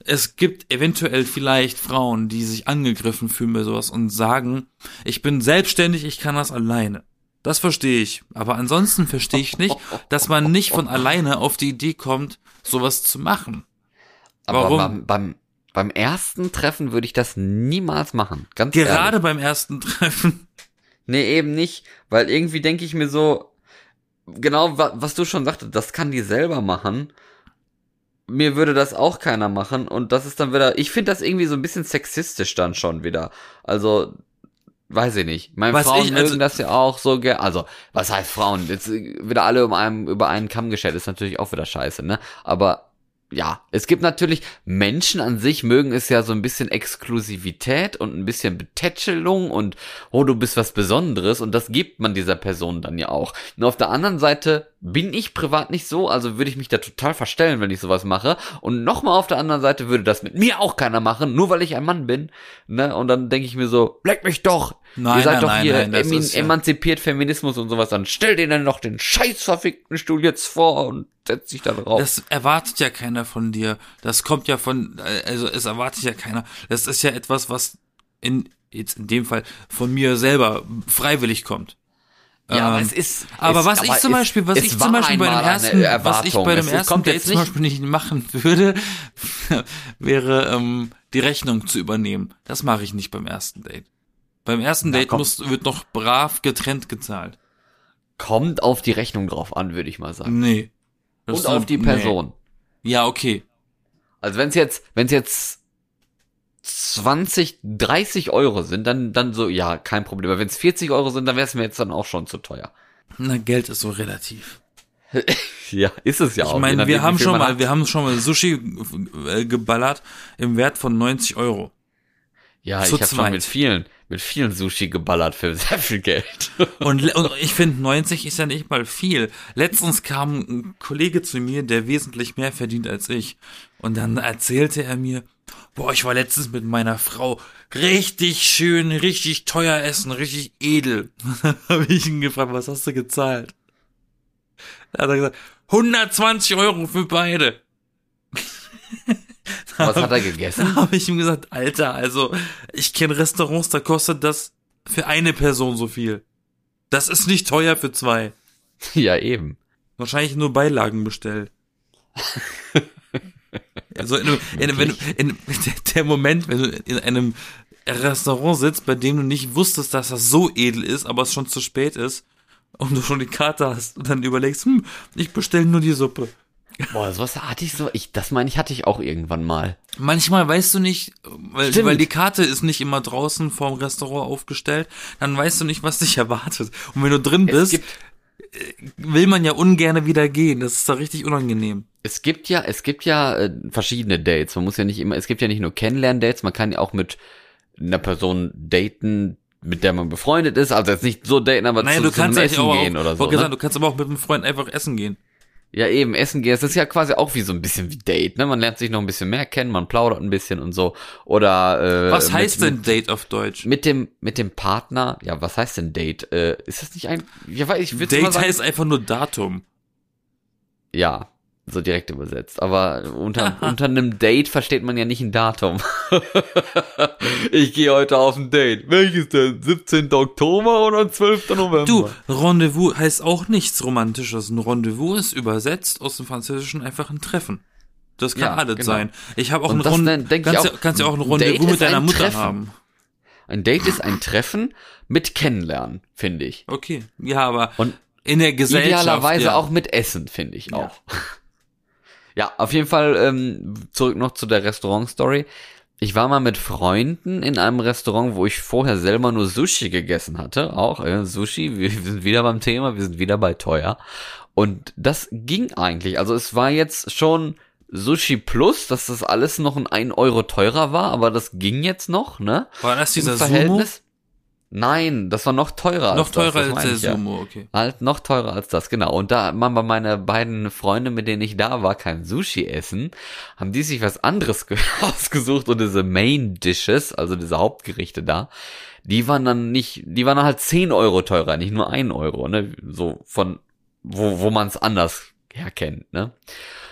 es gibt eventuell vielleicht Frauen, die sich angegriffen fühlen bei sowas und sagen, ich bin selbstständig, ich kann das alleine. Das verstehe ich. Aber ansonsten verstehe ich nicht, dass man nicht von alleine auf die Idee kommt, sowas zu machen. Aber Warum? beim, beim, beim ersten Treffen würde ich das niemals machen. Ganz Gerade ehrlich. beim ersten Treffen. Nee, eben nicht. Weil irgendwie denke ich mir so, genau, wa- was du schon sagtest, das kann die selber machen. Mir würde das auch keiner machen. Und das ist dann wieder, ich finde das irgendwie so ein bisschen sexistisch dann schon wieder. Also, weiß ich nicht. Meine Was Frauen ich- also- mögen das ja auch so gerne. Also, was heißt Frauen? Jetzt äh, wieder alle um einen, über einen Kamm geschert, ist natürlich auch wieder scheiße, ne? Aber ja, es gibt natürlich, Menschen an sich mögen es ja so ein bisschen Exklusivität und ein bisschen Betätschelung und, oh, du bist was Besonderes, und das gibt man dieser Person dann ja auch. Und auf der anderen Seite bin ich privat nicht so, also würde ich mich da total verstellen, wenn ich sowas mache. Und nochmal auf der anderen Seite würde das mit mir auch keiner machen, nur weil ich ein Mann bin, ne? Und dann denke ich mir so, leck mich doch! Nein, Ihr seid nein, doch nein, hier nein, das emin- ist ja- emanzipiert Feminismus und sowas, dann stell dir dann noch den scheiß verfickten Stuhl jetzt vor und setz dich da drauf. Das erwartet ja keiner von dir. Das kommt ja von, also es erwartet ja keiner. Das ist ja etwas, was in, jetzt in dem Fall von mir selber freiwillig kommt. Ja, aber Ähm, es ist. Aber es, was ich zum es- Beispiel, was es ich war zum Beispiel bei dem einmal eine ersten, was ich Erwartung. bei dem Es ersten kommt Date jetzt zum nicht- Beispiel nicht machen würde, wäre ähm, die Rechnung zu übernehmen. Das mache ich nicht beim ersten Date. Beim ersten Na, Date komm. muss, wird noch brav getrennt gezahlt. Kommt auf die Rechnung drauf an, würde ich mal sagen. Nee. Das Und ist- auf die nee. Person. Ja, okay. Also wenn es jetzt, wenn es jetzt zwanzig, dreißig Euro sind, dann, dann so, ja, kein Problem. Aber wenn es vierzig Euro sind, dann wäre es mir jetzt dann auch schon zu teuer. Na, Geld ist so relativ. Ja, ist es ja auch. Ich je meine, nachdem, wir haben wie viel schon man mal, hat. wir haben schon mal Sushi äh, geballert im Wert von neunzig Euro. Ja, zu ich habe zweit. schon mit vielen, mit vielen Sushi geballert für sehr viel Geld. Und, le- und ich finde, neunzig ist ja nicht mal viel. Letztens kam ein Kollege zu mir, der wesentlich mehr verdient als ich. Und dann erzählte er mir, boah, ich war letztens mit meiner Frau richtig schön, richtig teuer essen, richtig edel. Dann habe ich ihn gefragt, was hast du gezahlt? Da hat er gesagt, hundertzwanzig Euro für beide. Was hat er gegessen? Da habe ich ihm gesagt, Alter, also ich kenne Restaurants, da kostet das für eine Person so viel. Das ist nicht teuer für zwei. Ja, eben. Wahrscheinlich nur Beilagen bestellt. Also in, in, wenn, du- in, der, der Moment, wenn du in einem Restaurant sitzt, bei dem du nicht wusstest, dass das so edel ist, aber es schon zu spät ist und du schon die Karte hast und dann überlegst, hm, ich bestelle nur die Suppe. Boah, sowas hatte ich so, ich, das meine ich, hatte ich auch irgendwann mal. Manchmal weißt du nicht, weil, Stimmt. weil die Karte ist nicht immer draußen vorm Restaurant aufgestellt, dann weißt du nicht, was dich erwartet. Und wenn du drin Es bist, gibt, will man ja ungerne wieder gehen. Das ist da richtig unangenehm. es gibt ja, es gibt ja äh, verschiedene Dates. Man muss ja nicht immer, es gibt ja nicht nur Kennenlern-Dates, man kann ja auch mit einer Person daten, mit der man befreundet ist. Also jetzt nicht so daten, aber Nein, zu, du zu einem kannst Essen ja auch, gehen oder so. wollte Ne? gesagt, du kannst aber auch mit einem Freund einfach essen gehen. Ja, eben, Essen gehen, das ist ja quasi auch wie so ein bisschen wie Date, ne? Man lernt sich noch ein bisschen mehr kennen, man plaudert ein bisschen und so. Oder äh, Was heißt mit, denn Date auf Deutsch? mit dem mit dem Partner? Ja, was heißt denn Date? Äh, ist das nicht ein? Ja, weiß ich, würde mal Date sagen, heißt einfach nur Datum. ja, so direkt übersetzt. Aber unter unter einem Date versteht man ja nicht ein Datum. Ich gehe heute auf ein Date. Welches denn? siebzehnten Oktober oder zwölften November? Du, Rendezvous heißt auch nichts Romantisches. Ein Rendezvous ist übersetzt aus dem Französischen einfach ein Treffen. Das kann Ja, alles genau. sein. Ich habe auch Und ein das Rond- nenn- denk ich kannst, auch, ja, kannst ja auch ein ein Rendezvous Date mit ist deiner ein Mutter Treffen. haben. Ein Date ist ein Treffen mit Kennenlernen, finde ich. Okay. Ja, aber Und in der Gesellschaft. idealerweise ja. auch mit Essen, finde ich Ja. auch. Ja, auf jeden Fall ähm, zurück noch zu der Restaurant-Story. Ich war mal mit Freunden in einem Restaurant, wo ich vorher selber nur Sushi gegessen hatte. Auch äh, Sushi, wir, wir sind wieder beim Thema, wir sind wieder bei teuer. Und das ging eigentlich. Also es war jetzt schon Sushi Plus, dass das alles noch ein ein Euro teurer war, aber das ging jetzt noch, ne? War das Im dieser Sumo? Verhältnis. Nein, das war noch teurer Noch als das. teurer das als meine der ich ja. Sumo, okay. Halt noch teurer als das, genau. Und da man bei meine beiden Freunde, mit denen ich da war, kein Sushi essen, haben die sich was anderes ge- ausgesucht und diese Main Dishes, also diese Hauptgerichte da, die waren dann nicht, die waren dann halt zehn Euro teurer, nicht nur ein Euro, ne, so von, wo, wo man es anders herkennt, ne.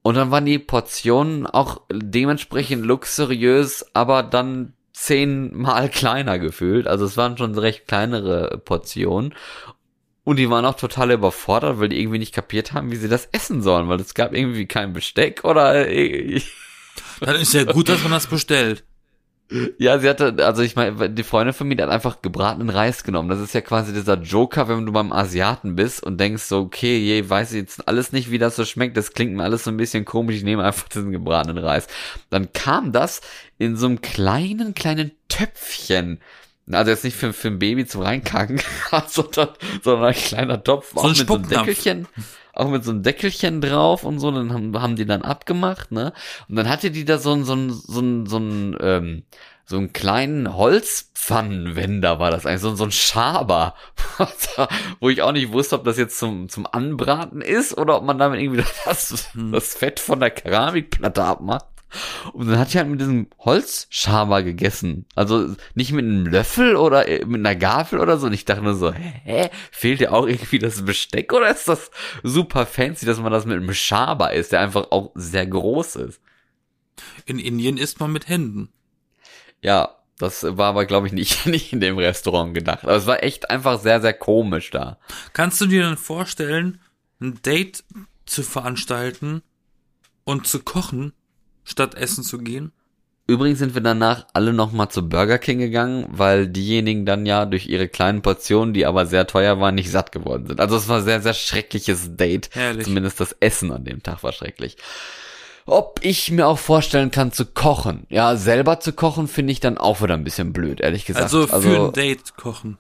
Und dann waren die Portionen auch dementsprechend luxuriös, aber dann zehnmal kleiner gefühlt. Also es waren schon recht kleinere Portionen. Und die waren auch total überfordert, weil die irgendwie nicht kapiert haben, wie sie das essen sollen, weil es gab irgendwie kein Besteck oder... Dann ist ja gut, dass man das bestellt. Ja, sie hatte, also ich meine, die Freundin von mir, die hat einfach gebratenen Reis genommen. Das ist ja quasi dieser Joker, wenn du beim Asiaten bist und denkst so, okay, je, weiß ich jetzt alles nicht, wie das so schmeckt, das klingt mir alles so ein bisschen komisch, ich nehme einfach diesen gebratenen Reis. Dann kam das in so einem kleinen, kleinen Töpfchen. Also jetzt nicht für, für ein Baby zum Reinkacken, sondern, sondern ein kleiner Topf, So auch ein mit so einem Spucknapf. Deckelchen. Auch mit so einem Deckelchen drauf und so, dann haben, haben die dann abgemacht, ne? Und dann hatte die da so ein, so ein, so ein, so ein, ähm, so einen kleinen Holzpfannenwender war das eigentlich, so, so ein Schaber, wo ich auch nicht wusste, ob das jetzt zum, zum Anbraten ist oder ob man damit irgendwie das, das Fett von der Keramikplatte abmacht. Und dann hat die halt mit diesem Holzschaber gegessen. Also nicht mit einem Löffel oder mit einer Gabel oder so. Und ich dachte nur so, hä? Fehlt dir auch irgendwie das Besteck oder ist das super fancy, dass man das mit einem Schaber isst, der einfach auch sehr groß ist? In Indien isst man mit Händen. Ja, das war aber, glaube ich, nicht, nicht in dem Restaurant gedacht. Aber es war echt einfach sehr, sehr komisch da. Kannst du dir dann vorstellen, ein Date zu veranstalten und zu kochen, statt essen zu gehen? Übrigens sind wir danach alle nochmal zu Burger King gegangen, weil diejenigen dann ja durch ihre kleinen Portionen, die aber sehr teuer waren, nicht satt geworden sind. Also es war ein sehr, sehr schreckliches Date. Herrlich. Zumindest das Essen an dem Tag war schrecklich. Ob ich mir auch vorstellen kann zu kochen. Ja, selber zu kochen finde ich dann auch wieder ein bisschen blöd, ehrlich gesagt. Also für also, ein Date kochen.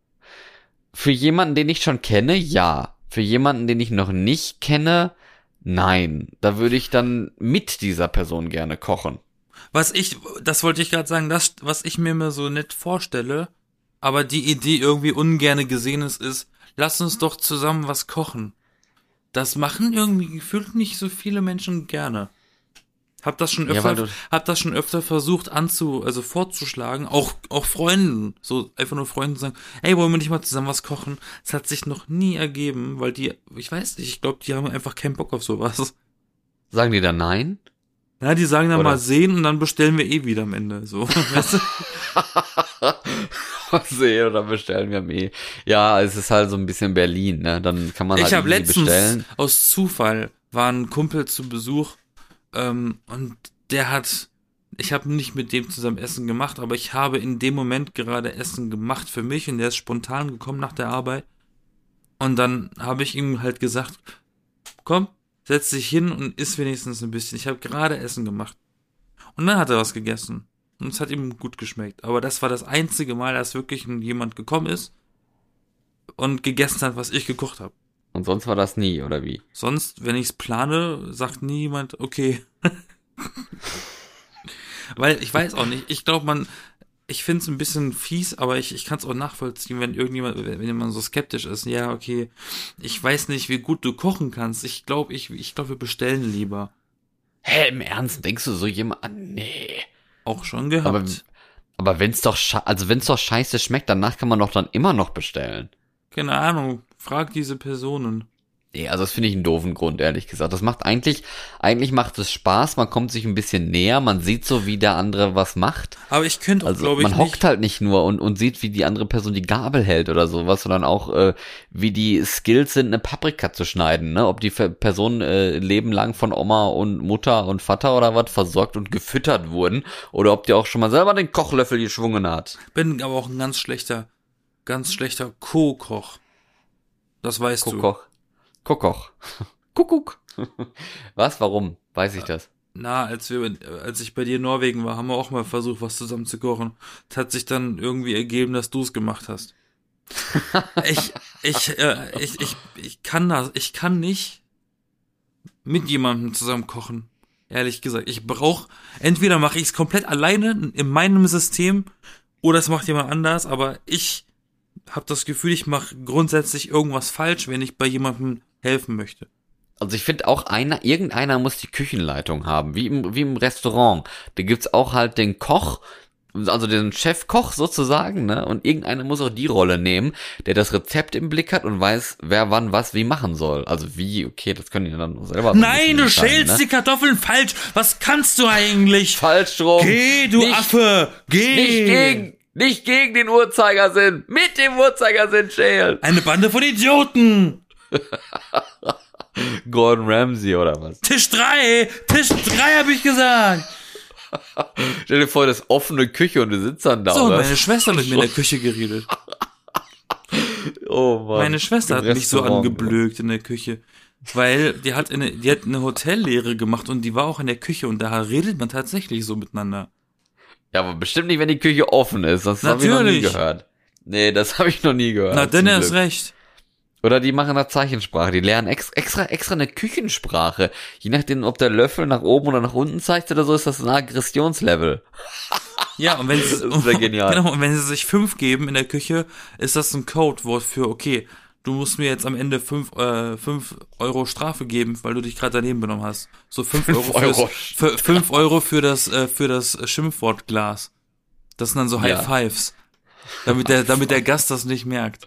Für jemanden, den ich schon kenne, ja. Für jemanden, den ich noch nicht kenne, nein. Da würde ich dann mit dieser Person gerne kochen. Was ich, das wollte ich gerade sagen, das, was ich mir immer so nett vorstelle, aber die Idee irgendwie ungerne gesehen ist, ist, lass uns doch zusammen was kochen. Das machen irgendwie gefühlt nicht so viele Menschen gerne. Hab das schon Ja, weil öfter, du- hab das schon öfter versucht anzu, also vorzuschlagen, auch, auch Freunden, so einfach nur Freunden sagen, ey, wollen wir nicht mal zusammen was kochen? Das hat sich noch nie ergeben, weil die, ich weiß nicht, ich glaube, die haben einfach keinen Bock auf sowas. Sagen die dann nein? Na, die sagen dann Oder- mal sehen und dann bestellen wir eh wieder am Ende, so, weißt du? Sehen oder bestellen wir eh. Ja, es ist halt so ein bisschen Berlin, ne? Dann kann man halt Ich habe easy letztens bestellen. aus Zufall war ein Kumpel zu Besuch ähm, und der hat, ich habe nicht mit dem zusammen Essen gemacht, aber ich habe in dem Moment gerade Essen gemacht für mich und der ist spontan gekommen nach der Arbeit und dann habe ich ihm halt gesagt, komm, setz dich hin und iss wenigstens ein bisschen. Ich habe gerade Essen gemacht und dann hat er was gegessen und es hat ihm gut geschmeckt, aber das war das einzige Mal, dass wirklich jemand gekommen ist und gegessen hat, was ich gekocht habe. Und sonst war das nie, oder wie? Sonst, wenn ich's plane, sagt nie jemand, okay. Weil, ich weiß auch nicht, ich glaube, man, ich find's ein bisschen fies, aber ich, ich kann's auch nachvollziehen, wenn irgendjemand, wenn jemand so skeptisch ist, ja, okay, ich weiß nicht, wie gut du kochen kannst, ich glaube, ich, ich glaube, wir bestellen lieber. Hä, im Ernst, denkst du so jemand, ah, nee. Auch schon gehabt. Aber, aber wenn's doch, sche- also wenn's doch scheiße schmeckt, danach kann man doch dann immer noch bestellen. Keine Ahnung, frag diese Personen. Nee, also das finde ich einen doofen Grund, ehrlich gesagt. Das macht eigentlich, eigentlich macht es Spaß, man kommt sich ein bisschen näher, man sieht so, wie der andere was macht. Aber ich könnte auch, Also glaube ich, man hockt nicht. halt nicht nur und, und sieht, wie die andere Person die Gabel hält oder sowas, sondern auch, äh, wie die Skills sind, eine Paprika zu schneiden, ne? Ob die Fe- Personen äh, Leben lang von Oma und Mutter und Vater oder was versorgt und gefüttert wurden oder ob die auch schon mal selber den Kochlöffel geschwungen hat. Bin aber auch ein ganz schlechter, ganz schlechter Co-Koch. Das weißt du. Kuckoch. Kuckoch. Kuckuck. Was? Warum? Weiß ich das? Na, als wir, als ich bei dir in Norwegen war, haben wir auch mal versucht, was zusammen zu kochen. Es hat sich dann irgendwie ergeben, dass du es gemacht hast. ich, ich, äh, ich, ich, ich kann das, ich kann nicht mit jemandem zusammen kochen. Ehrlich gesagt, ich brauche, entweder mache ich es komplett alleine in meinem System oder es macht jemand anders, aber ich habe das Gefühl, ich mache grundsätzlich irgendwas falsch, wenn ich bei jemandem helfen möchte. Also ich finde auch einer, irgendeiner muss die Küchenleitung haben, wie im, wie im Restaurant. Da gibt's auch halt den Koch also den Chefkoch sozusagen, ne? Und irgendeiner muss auch die Rolle nehmen, der das Rezept im Blick hat und weiß, wer wann was wie machen soll. Also wie, okay, das können die dann selber. Nein, du schälst ne? die Kartoffeln falsch. Was kannst du eigentlich? Falsch rum. Geh, du nicht, Affe, geh. Nicht gegen, nicht gegen den Uhrzeigersinn, mit dem Uhrzeigersinn schälen. Eine Bande von Idioten. Gordon Ramsay oder was? Tisch drei, Tisch drei habe ich gesagt. Stell dir vor, das ist offene Küche und du sitzt dann da. So, oder? Meine Schwester hat mit mir in der Küche geredet. Oh Mann. Meine Schwester hat mich so angeblökt in der Küche. Weil die hat eine, die hat eine Hotellehre gemacht und die war auch in der Küche und da redet man tatsächlich so miteinander. Ja, aber bestimmt nicht, wenn die Küche offen ist. Das habe ich noch nie gehört. Nee, das habe ich noch nie gehört. Na, denn er ist recht. Oder die machen da Zeichensprache. Die lernen ex, extra extra eine Küchensprache. Je nachdem, ob der Löffel nach oben oder nach unten zeigt oder so, ist das ein Aggressionslevel. Ja, und wenn sie, das ist sehr genial. Genau, und wenn sie sich fünf geben in der Küche, ist das ein Codewort für, okay, du musst mir jetzt am Ende fünf, äh, fünf Euro Strafe geben, weil du dich gerade daneben benommen hast. So fünf Euro, Euro. Für, fünf Euro für das, äh, für das Schimpfwortglas. Das sind dann so High Ja. Fives. Damit der, damit der Gast das nicht merkt.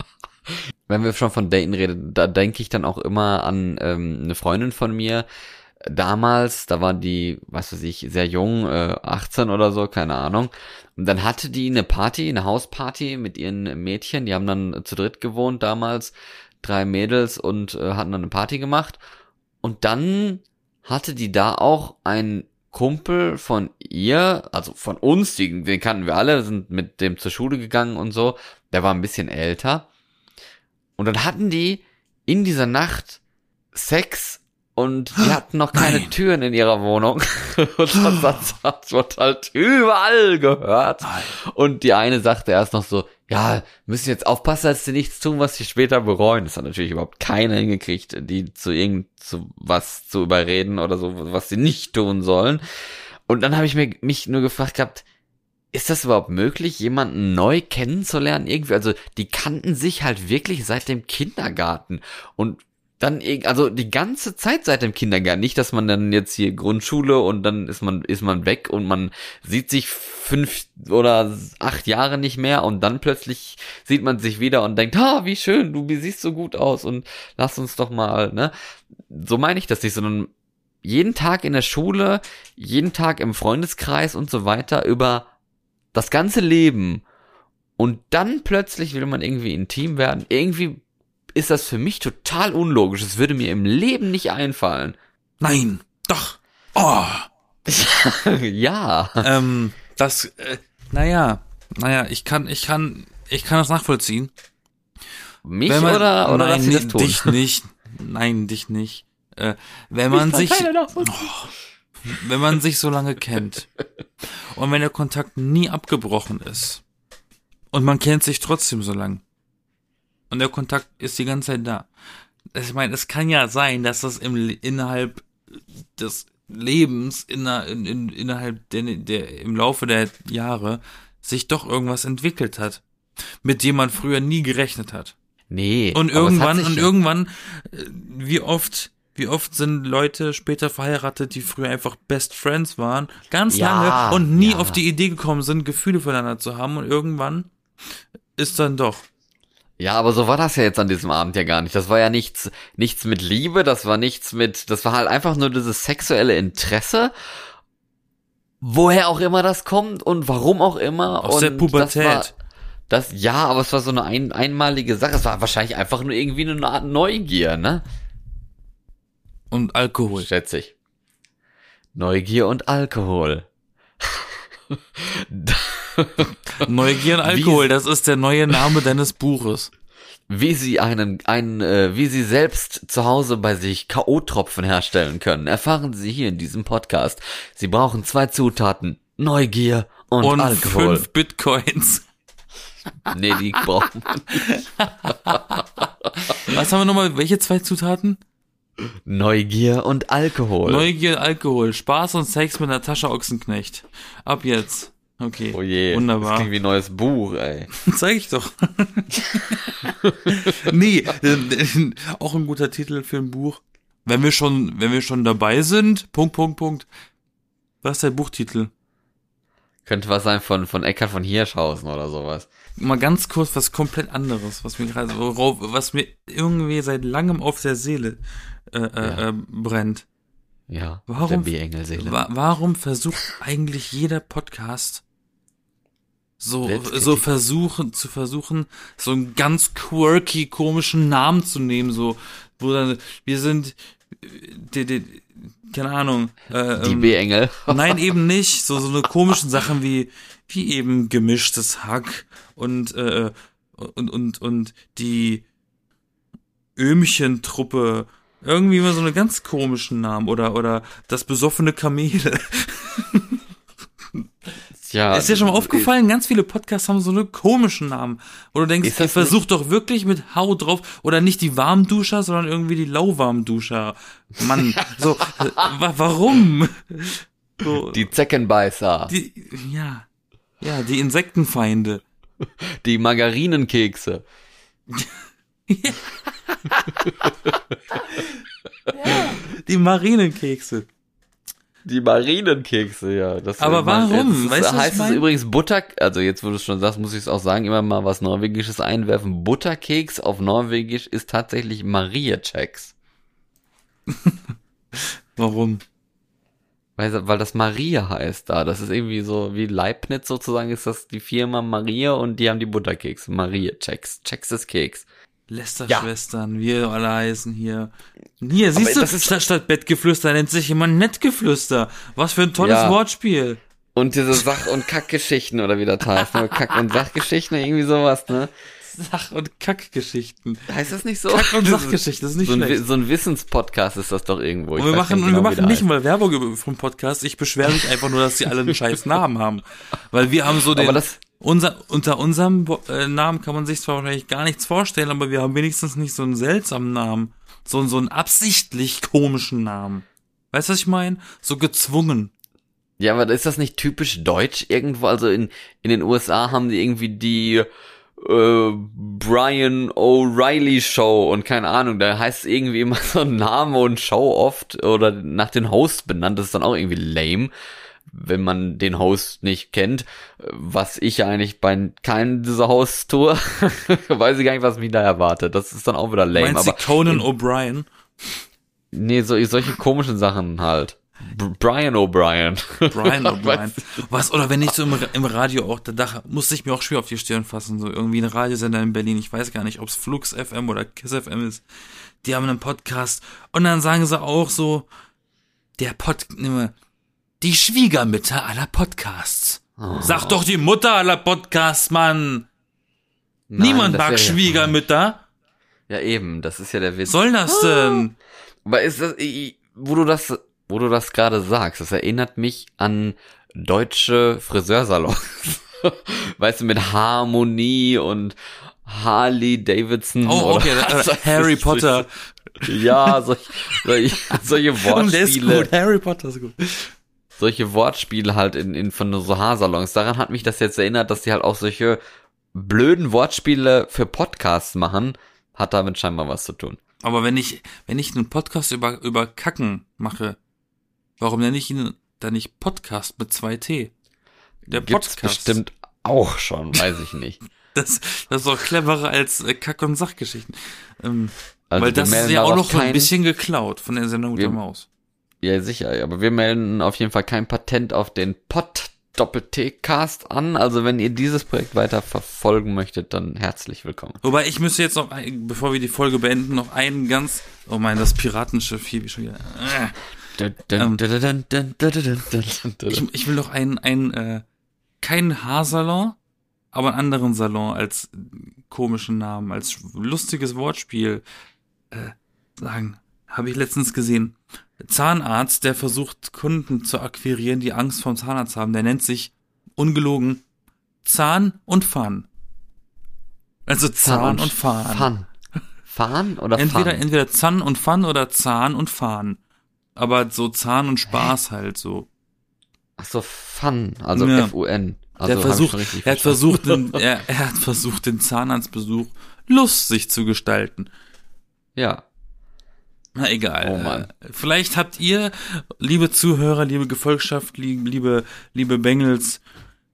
Wenn wir schon von Daten reden, da denke ich dann auch immer an ähm, eine Freundin von mir. Damals, da war die, was weiß ich, sehr jung, äh, achtzehn oder so, keine Ahnung. Und dann hatte die eine Party, eine Hausparty mit ihren Mädchen. Die haben dann zu dritt gewohnt damals, drei Mädels und äh, hatten dann eine Party gemacht. Und dann hatte die da auch ein Kumpel von ihr, also von uns, den, den kannten wir alle, sind mit dem zur Schule gegangen und so. Der war ein bisschen älter. Und dann hatten die in dieser Nacht Sex und die hatten noch keine Nein. Türen in ihrer Wohnung. Und das hat wird halt überall gehört. Nein. Und die eine sagte erst noch so, ja, müssen jetzt aufpassen, dass sie nichts tun, was sie später bereuen. Das hat natürlich überhaupt keiner hingekriegt, die zu irgend zu was zu überreden oder so, was sie nicht tun sollen. Und dann habe ich mir mich nur gefragt gehabt, ist das überhaupt möglich, jemanden neu kennenzulernen irgendwie? Also die kannten sich halt wirklich seit dem Kindergarten und dann, also die ganze Zeit seit dem Kindergarten. Nicht, dass man dann jetzt hier Grundschule und dann ist man ist man weg und man sieht sich fünf oder acht Jahre nicht mehr und dann plötzlich sieht man sich wieder und denkt, ah, wie schön, du siehst so gut aus und lass uns doch mal, ne? So meine ich das nicht, sondern jeden Tag in der Schule, jeden Tag im Freundeskreis und so weiter über das ganze Leben und dann plötzlich will man irgendwie intim werden. Irgendwie ist das für mich total unlogisch. Es würde mir im Leben nicht einfallen. Nein, doch. Oh. Ja. Ähm, das, äh, naja, naja, ich kann, ich kann, ich kann das nachvollziehen. Mich man, oder, oder nein, dass sie das tun? Dich nicht. Nein, dich nicht. Äh, wenn man sich, oh, wenn man sich so lange kennt und wenn der Kontakt nie abgebrochen ist und man kennt sich trotzdem so lang und der Kontakt ist die ganze Zeit da. Ich meine, es kann ja sein, dass das im innerhalb des Lebens in, in, innerhalb der, der im Laufe der Jahre sich doch irgendwas entwickelt hat, mit dem man früher nie gerechnet hat. Nee. Und irgendwann und irgendwann wie oft Wie oft sind Leute später verheiratet, die früher einfach Best Friends waren, ganz ja, lange und nie ja. auf die Idee gekommen sind, Gefühle füreinander zu haben und irgendwann ist dann doch. Ja, aber so war das ja jetzt an diesem Abend ja gar nicht. Das war ja nichts, nichts mit Liebe, das war nichts mit, das war halt einfach nur dieses sexuelle Interesse. Woher auch immer das kommt und warum auch immer. Aus und der Pubertät. Das war, das, ja, aber es war so eine ein, einmalige Sache. Es war wahrscheinlich einfach nur irgendwie eine Art Neugier, ne? Und Alkohol. Schätze ich. Neugier und Alkohol. Neugier und Alkohol, wie, das ist der neue Name deines Buches. Wie sie einen, einen, äh, wie sie selbst zu Hause bei sich K O-Tropfen herstellen können, erfahren Sie hier in diesem Podcast. Sie brauchen zwei Zutaten: Neugier und, und Alkohol. Und fünf Bitcoins. Nee, die brauchen wir nicht. Was haben wir nochmal? Welche zwei Zutaten? Neugier und Alkohol. Neugier und Alkohol. Spaß und Sex mit Natascha Ochsenknecht. Ab jetzt. Okay. Oh je. Wunderbar. Das klingt wie ein neues Buch, ey. Zeig ich doch. Nee, äh, auch ein guter Titel für ein Buch. Wenn wir schon, wenn wir schon dabei sind, Punkt, Punkt, Punkt. Was ist der Buchtitel? Könnte was sein von, von Eckhard von Hirschhausen oder sowas. Mal ganz kurz was komplett anderes, was mir gerade, worauf, was mir irgendwie seit langem auf der Seele äh, ja. äh, brennt. Ja, warum, der B-Engel-Seele. Wa- warum versucht eigentlich jeder Podcast so, so versuchen, zu versuchen, so einen ganz quirky, komischen Namen zu nehmen, so, wo dann, wir sind, die, die, keine Ahnung, äh, die ähm, B-Engel. Nein, eben nicht, so, so eine komischen Sachen wie, wie eben gemischtes Hack und, äh, und, und, und die Öhmchentruppe, irgendwie immer so eine ganz komischen Namen, oder, oder das besoffene Kamele. Ja, ist dir schon mal aufgefallen, ganz viele Podcasts haben so eine komischen Namen. Wo du denkst, ihr versucht doch wirklich mit Hau drauf, oder nicht die Warmduscher, sondern irgendwie die Lauwarmduscher. Mann, so, wa- warum? So, die Zeckenbeißer. die, ja, ja, die Insektenfeinde. Die Margarinenkekse. ja. Die Marienenkekse. Die Marienenkekse, ja. Das Aber warum? Das weißt ist, du, heißt was es übrigens Butter, also jetzt, wo du es schon sagst, muss ich es auch sagen, immer mal was Norwegisches einwerfen. Butterkeks auf Norwegisch ist tatsächlich Mariekeks. Warum? Weil, weil das Maria heißt da. Das ist irgendwie so wie Leibniz sozusagen, ist das die Firma Maria und die haben die Butterkeks. Mariekeks. Checks ist Keks. Lästerschwestern, ja. Wir alle heißen hier. Hier, siehst Aber du, statt, statt Bettgeflüster nennt sich jemand Nettgeflüster. Was für ein tolles ja. Wortspiel. Und diese Sach- und Kackgeschichten oder wie das heißt, ne? Kack- und Sachgeschichten, irgendwie sowas, ne? Sach- und Kackgeschichten. Heißt das nicht so? Kack- und Sachgeschichten, das ist nicht so ein, schlecht. So ein Wissenspodcast ist das doch irgendwo. Ich und wir weiß machen, nicht und genau, wir machen nicht heißt. mal Werbung vom Podcast. Ich beschwere mich einfach nur, dass sie alle einen scheiß Namen haben. Weil wir haben so den, aber das, unser, unter unserem äh, Namen kann man sich zwar wahrscheinlich gar nichts vorstellen, aber wir haben wenigstens nicht so einen seltsamen Namen. So, so einen absichtlich komischen Namen. Weißt du, was ich meine? So gezwungen. ja, aber ist das nicht typisch deutsch irgendwo? Also in, in den U S A haben die irgendwie die äh, Brian O'Reilly Show und keine Ahnung, da heißt es irgendwie immer so ein Name und Show oft oder nach den Hosts benannt, das ist dann auch irgendwie lame, wenn man den Host nicht kennt, was ich eigentlich bei keinem dieser Hosts tue, weiß ich gar nicht, was mich da erwartet, das ist dann auch wieder lame. Meinst du aber Conan O'Brien? Nee, so, solche komischen Sachen halt. B- Brian O'Brien. Brian O'Brien. Was, oder wenn ich so im, im Radio auch, da, da musste ich mir auch schwer auf die Stirn fassen, so irgendwie ein Radiosender in Berlin, ich weiß gar nicht, ob es Flux F M oder Kiss F M ist, die haben einen Podcast und dann sagen sie auch so, der Pod, die Schwiegermütter aller Podcasts. Oh. Sag doch die Mutter aller Podcasts, Mann. Nein, niemand mag Schwiegermütter. Ja eben, das ist ja der Witz. Soll das denn? Aber ist das, wo du das, wo du das gerade sagst, das erinnert mich an deutsche Friseursalons. Weißt du, mit Harmonie und Harley Davidson. Oh, okay, oder Harry Potter. Ja, solch, solch, solche Wortspiele. Der ist gut, Harry Potter ist gut. Solche Wortspiele halt in, in von so Haarsalons. Daran hat mich das jetzt erinnert, dass die halt auch solche blöden Wortspiele für Podcasts machen. Hat damit scheinbar was zu tun. Aber wenn ich, wenn ich einen Podcast über, über Kacken mache, warum nenne ich ihn dann nicht Podcast mit zwei T? Der Gibt's Podcast. Bestimmt auch schon, weiß ich nicht. Das, das ist auch cleverer als äh, Kack- und Sachgeschichten. Ähm, Also weil das ist ja auch noch kein, ein bisschen geklaut von der Sendung mit der Maus. Ja, sicher, aber wir melden auf jeden Fall kein Patent auf den Pod-Doppel-T-Cast an. Also wenn ihr dieses Projekt weiter verfolgen möchtet, dann herzlich willkommen. Wobei, ich müsste jetzt noch, ein, bevor wir die Folge beenden, noch einen ganz, oh mein, das Piratenschiff hier, wie schon wieder. Ähm, ich, ich will noch einen, einen, äh, keinen Haarsalon, aber einen anderen Salon als komischen Namen, als lustiges Wortspiel äh, sagen. Habe ich letztens gesehen. Zahnarzt, der versucht, Kunden zu akquirieren, die Angst vom Zahnarzt haben, der nennt sich, ungelogen, Zahn und Fahn. Also Zahn, Zahn und, und Fahn. Fahn. Fahn oder entweder, Fahn? Entweder Zahn und Fahn oder Zahn und Fahn. Aber so Zahn und Spaß Hä? halt so. Ach so, Fun, also ja. F U N. Also der versucht, er hat versucht, den, er, er hat versucht, den Zahnarztbesuch lustig zu gestalten. Ja. Na egal. Oh Mann. Vielleicht habt ihr, liebe Zuhörer, liebe Gefolgschaft, liebe, liebe Bengels,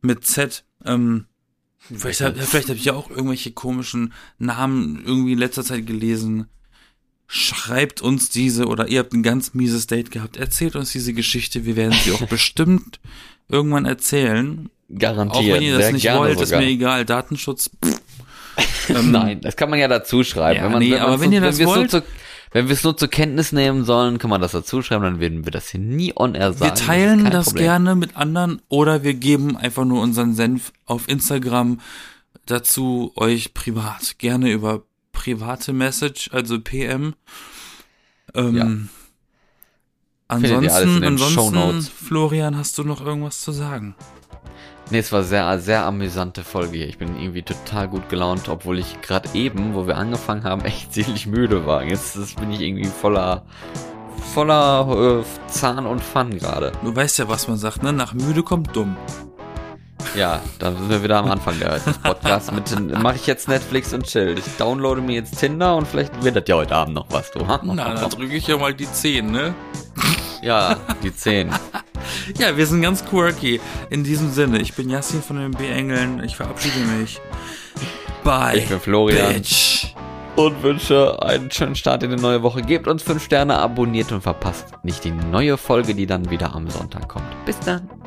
mit Z. Ähm, vielleicht habe vielleicht hab ich ja auch irgendwelche komischen Namen irgendwie in letzter Zeit gelesen. Schreibt uns diese, oder ihr habt ein ganz mieses Date gehabt. Erzählt uns diese Geschichte. Wir werden sie auch bestimmt irgendwann erzählen. Garantiert. Auch wenn ihr das sehr nicht gerne wollt, ist sogar. mir egal. Datenschutz. Pff. ähm, Nein, das kann man ja dazu schreiben. Ja, wenn man, nee, wenn aber man's wenn nur- ihr das wir es nur wollt- zu, wenn wir es nur zur Kenntnis nehmen sollen, kann man das dazu schreiben, dann werden wir das hier nie on air sagen. Wir teilen ist kein das Problem. gerne mit anderen oder wir geben einfach nur unseren Senf auf Instagram dazu euch privat. Gerne über private Message, also P M. Ähm, Findet ihr alles in ansonsten, den ansonsten, Shownotes. Florian, hast du noch irgendwas zu sagen? Nee, es war sehr, sehr amüsante Folge hier. Ich bin irgendwie total gut gelaunt, obwohl ich gerade eben, wo wir angefangen haben, echt seelisch müde war. Jetzt ist- bin ich irgendwie voller, voller äh, Zahn und Fun gerade. Du weißt ja, was man sagt, ne? Nach müde kommt dumm. Ja, dann sind wir wieder am Anfang der, des Podcasts. Mit den- mache ich jetzt Netflix und chill. Ich downloade mir jetzt Tinder und vielleicht wird das ja heute Abend noch was, du. Na, da drücke ich ja mal die zehn, ne? Ja, die zehn. Ja, wir sind ganz quirky. In diesem Sinne, ich bin Yassin von den B-Engeln. Ich verabschiede mich. Bye. Ich bin Florian. Bitch. Und wünsche einen schönen Start in die neue Woche. Gebt uns fünf Sterne, abonniert und verpasst nicht die neue Folge, die dann wieder am Sonntag kommt. Bis dann.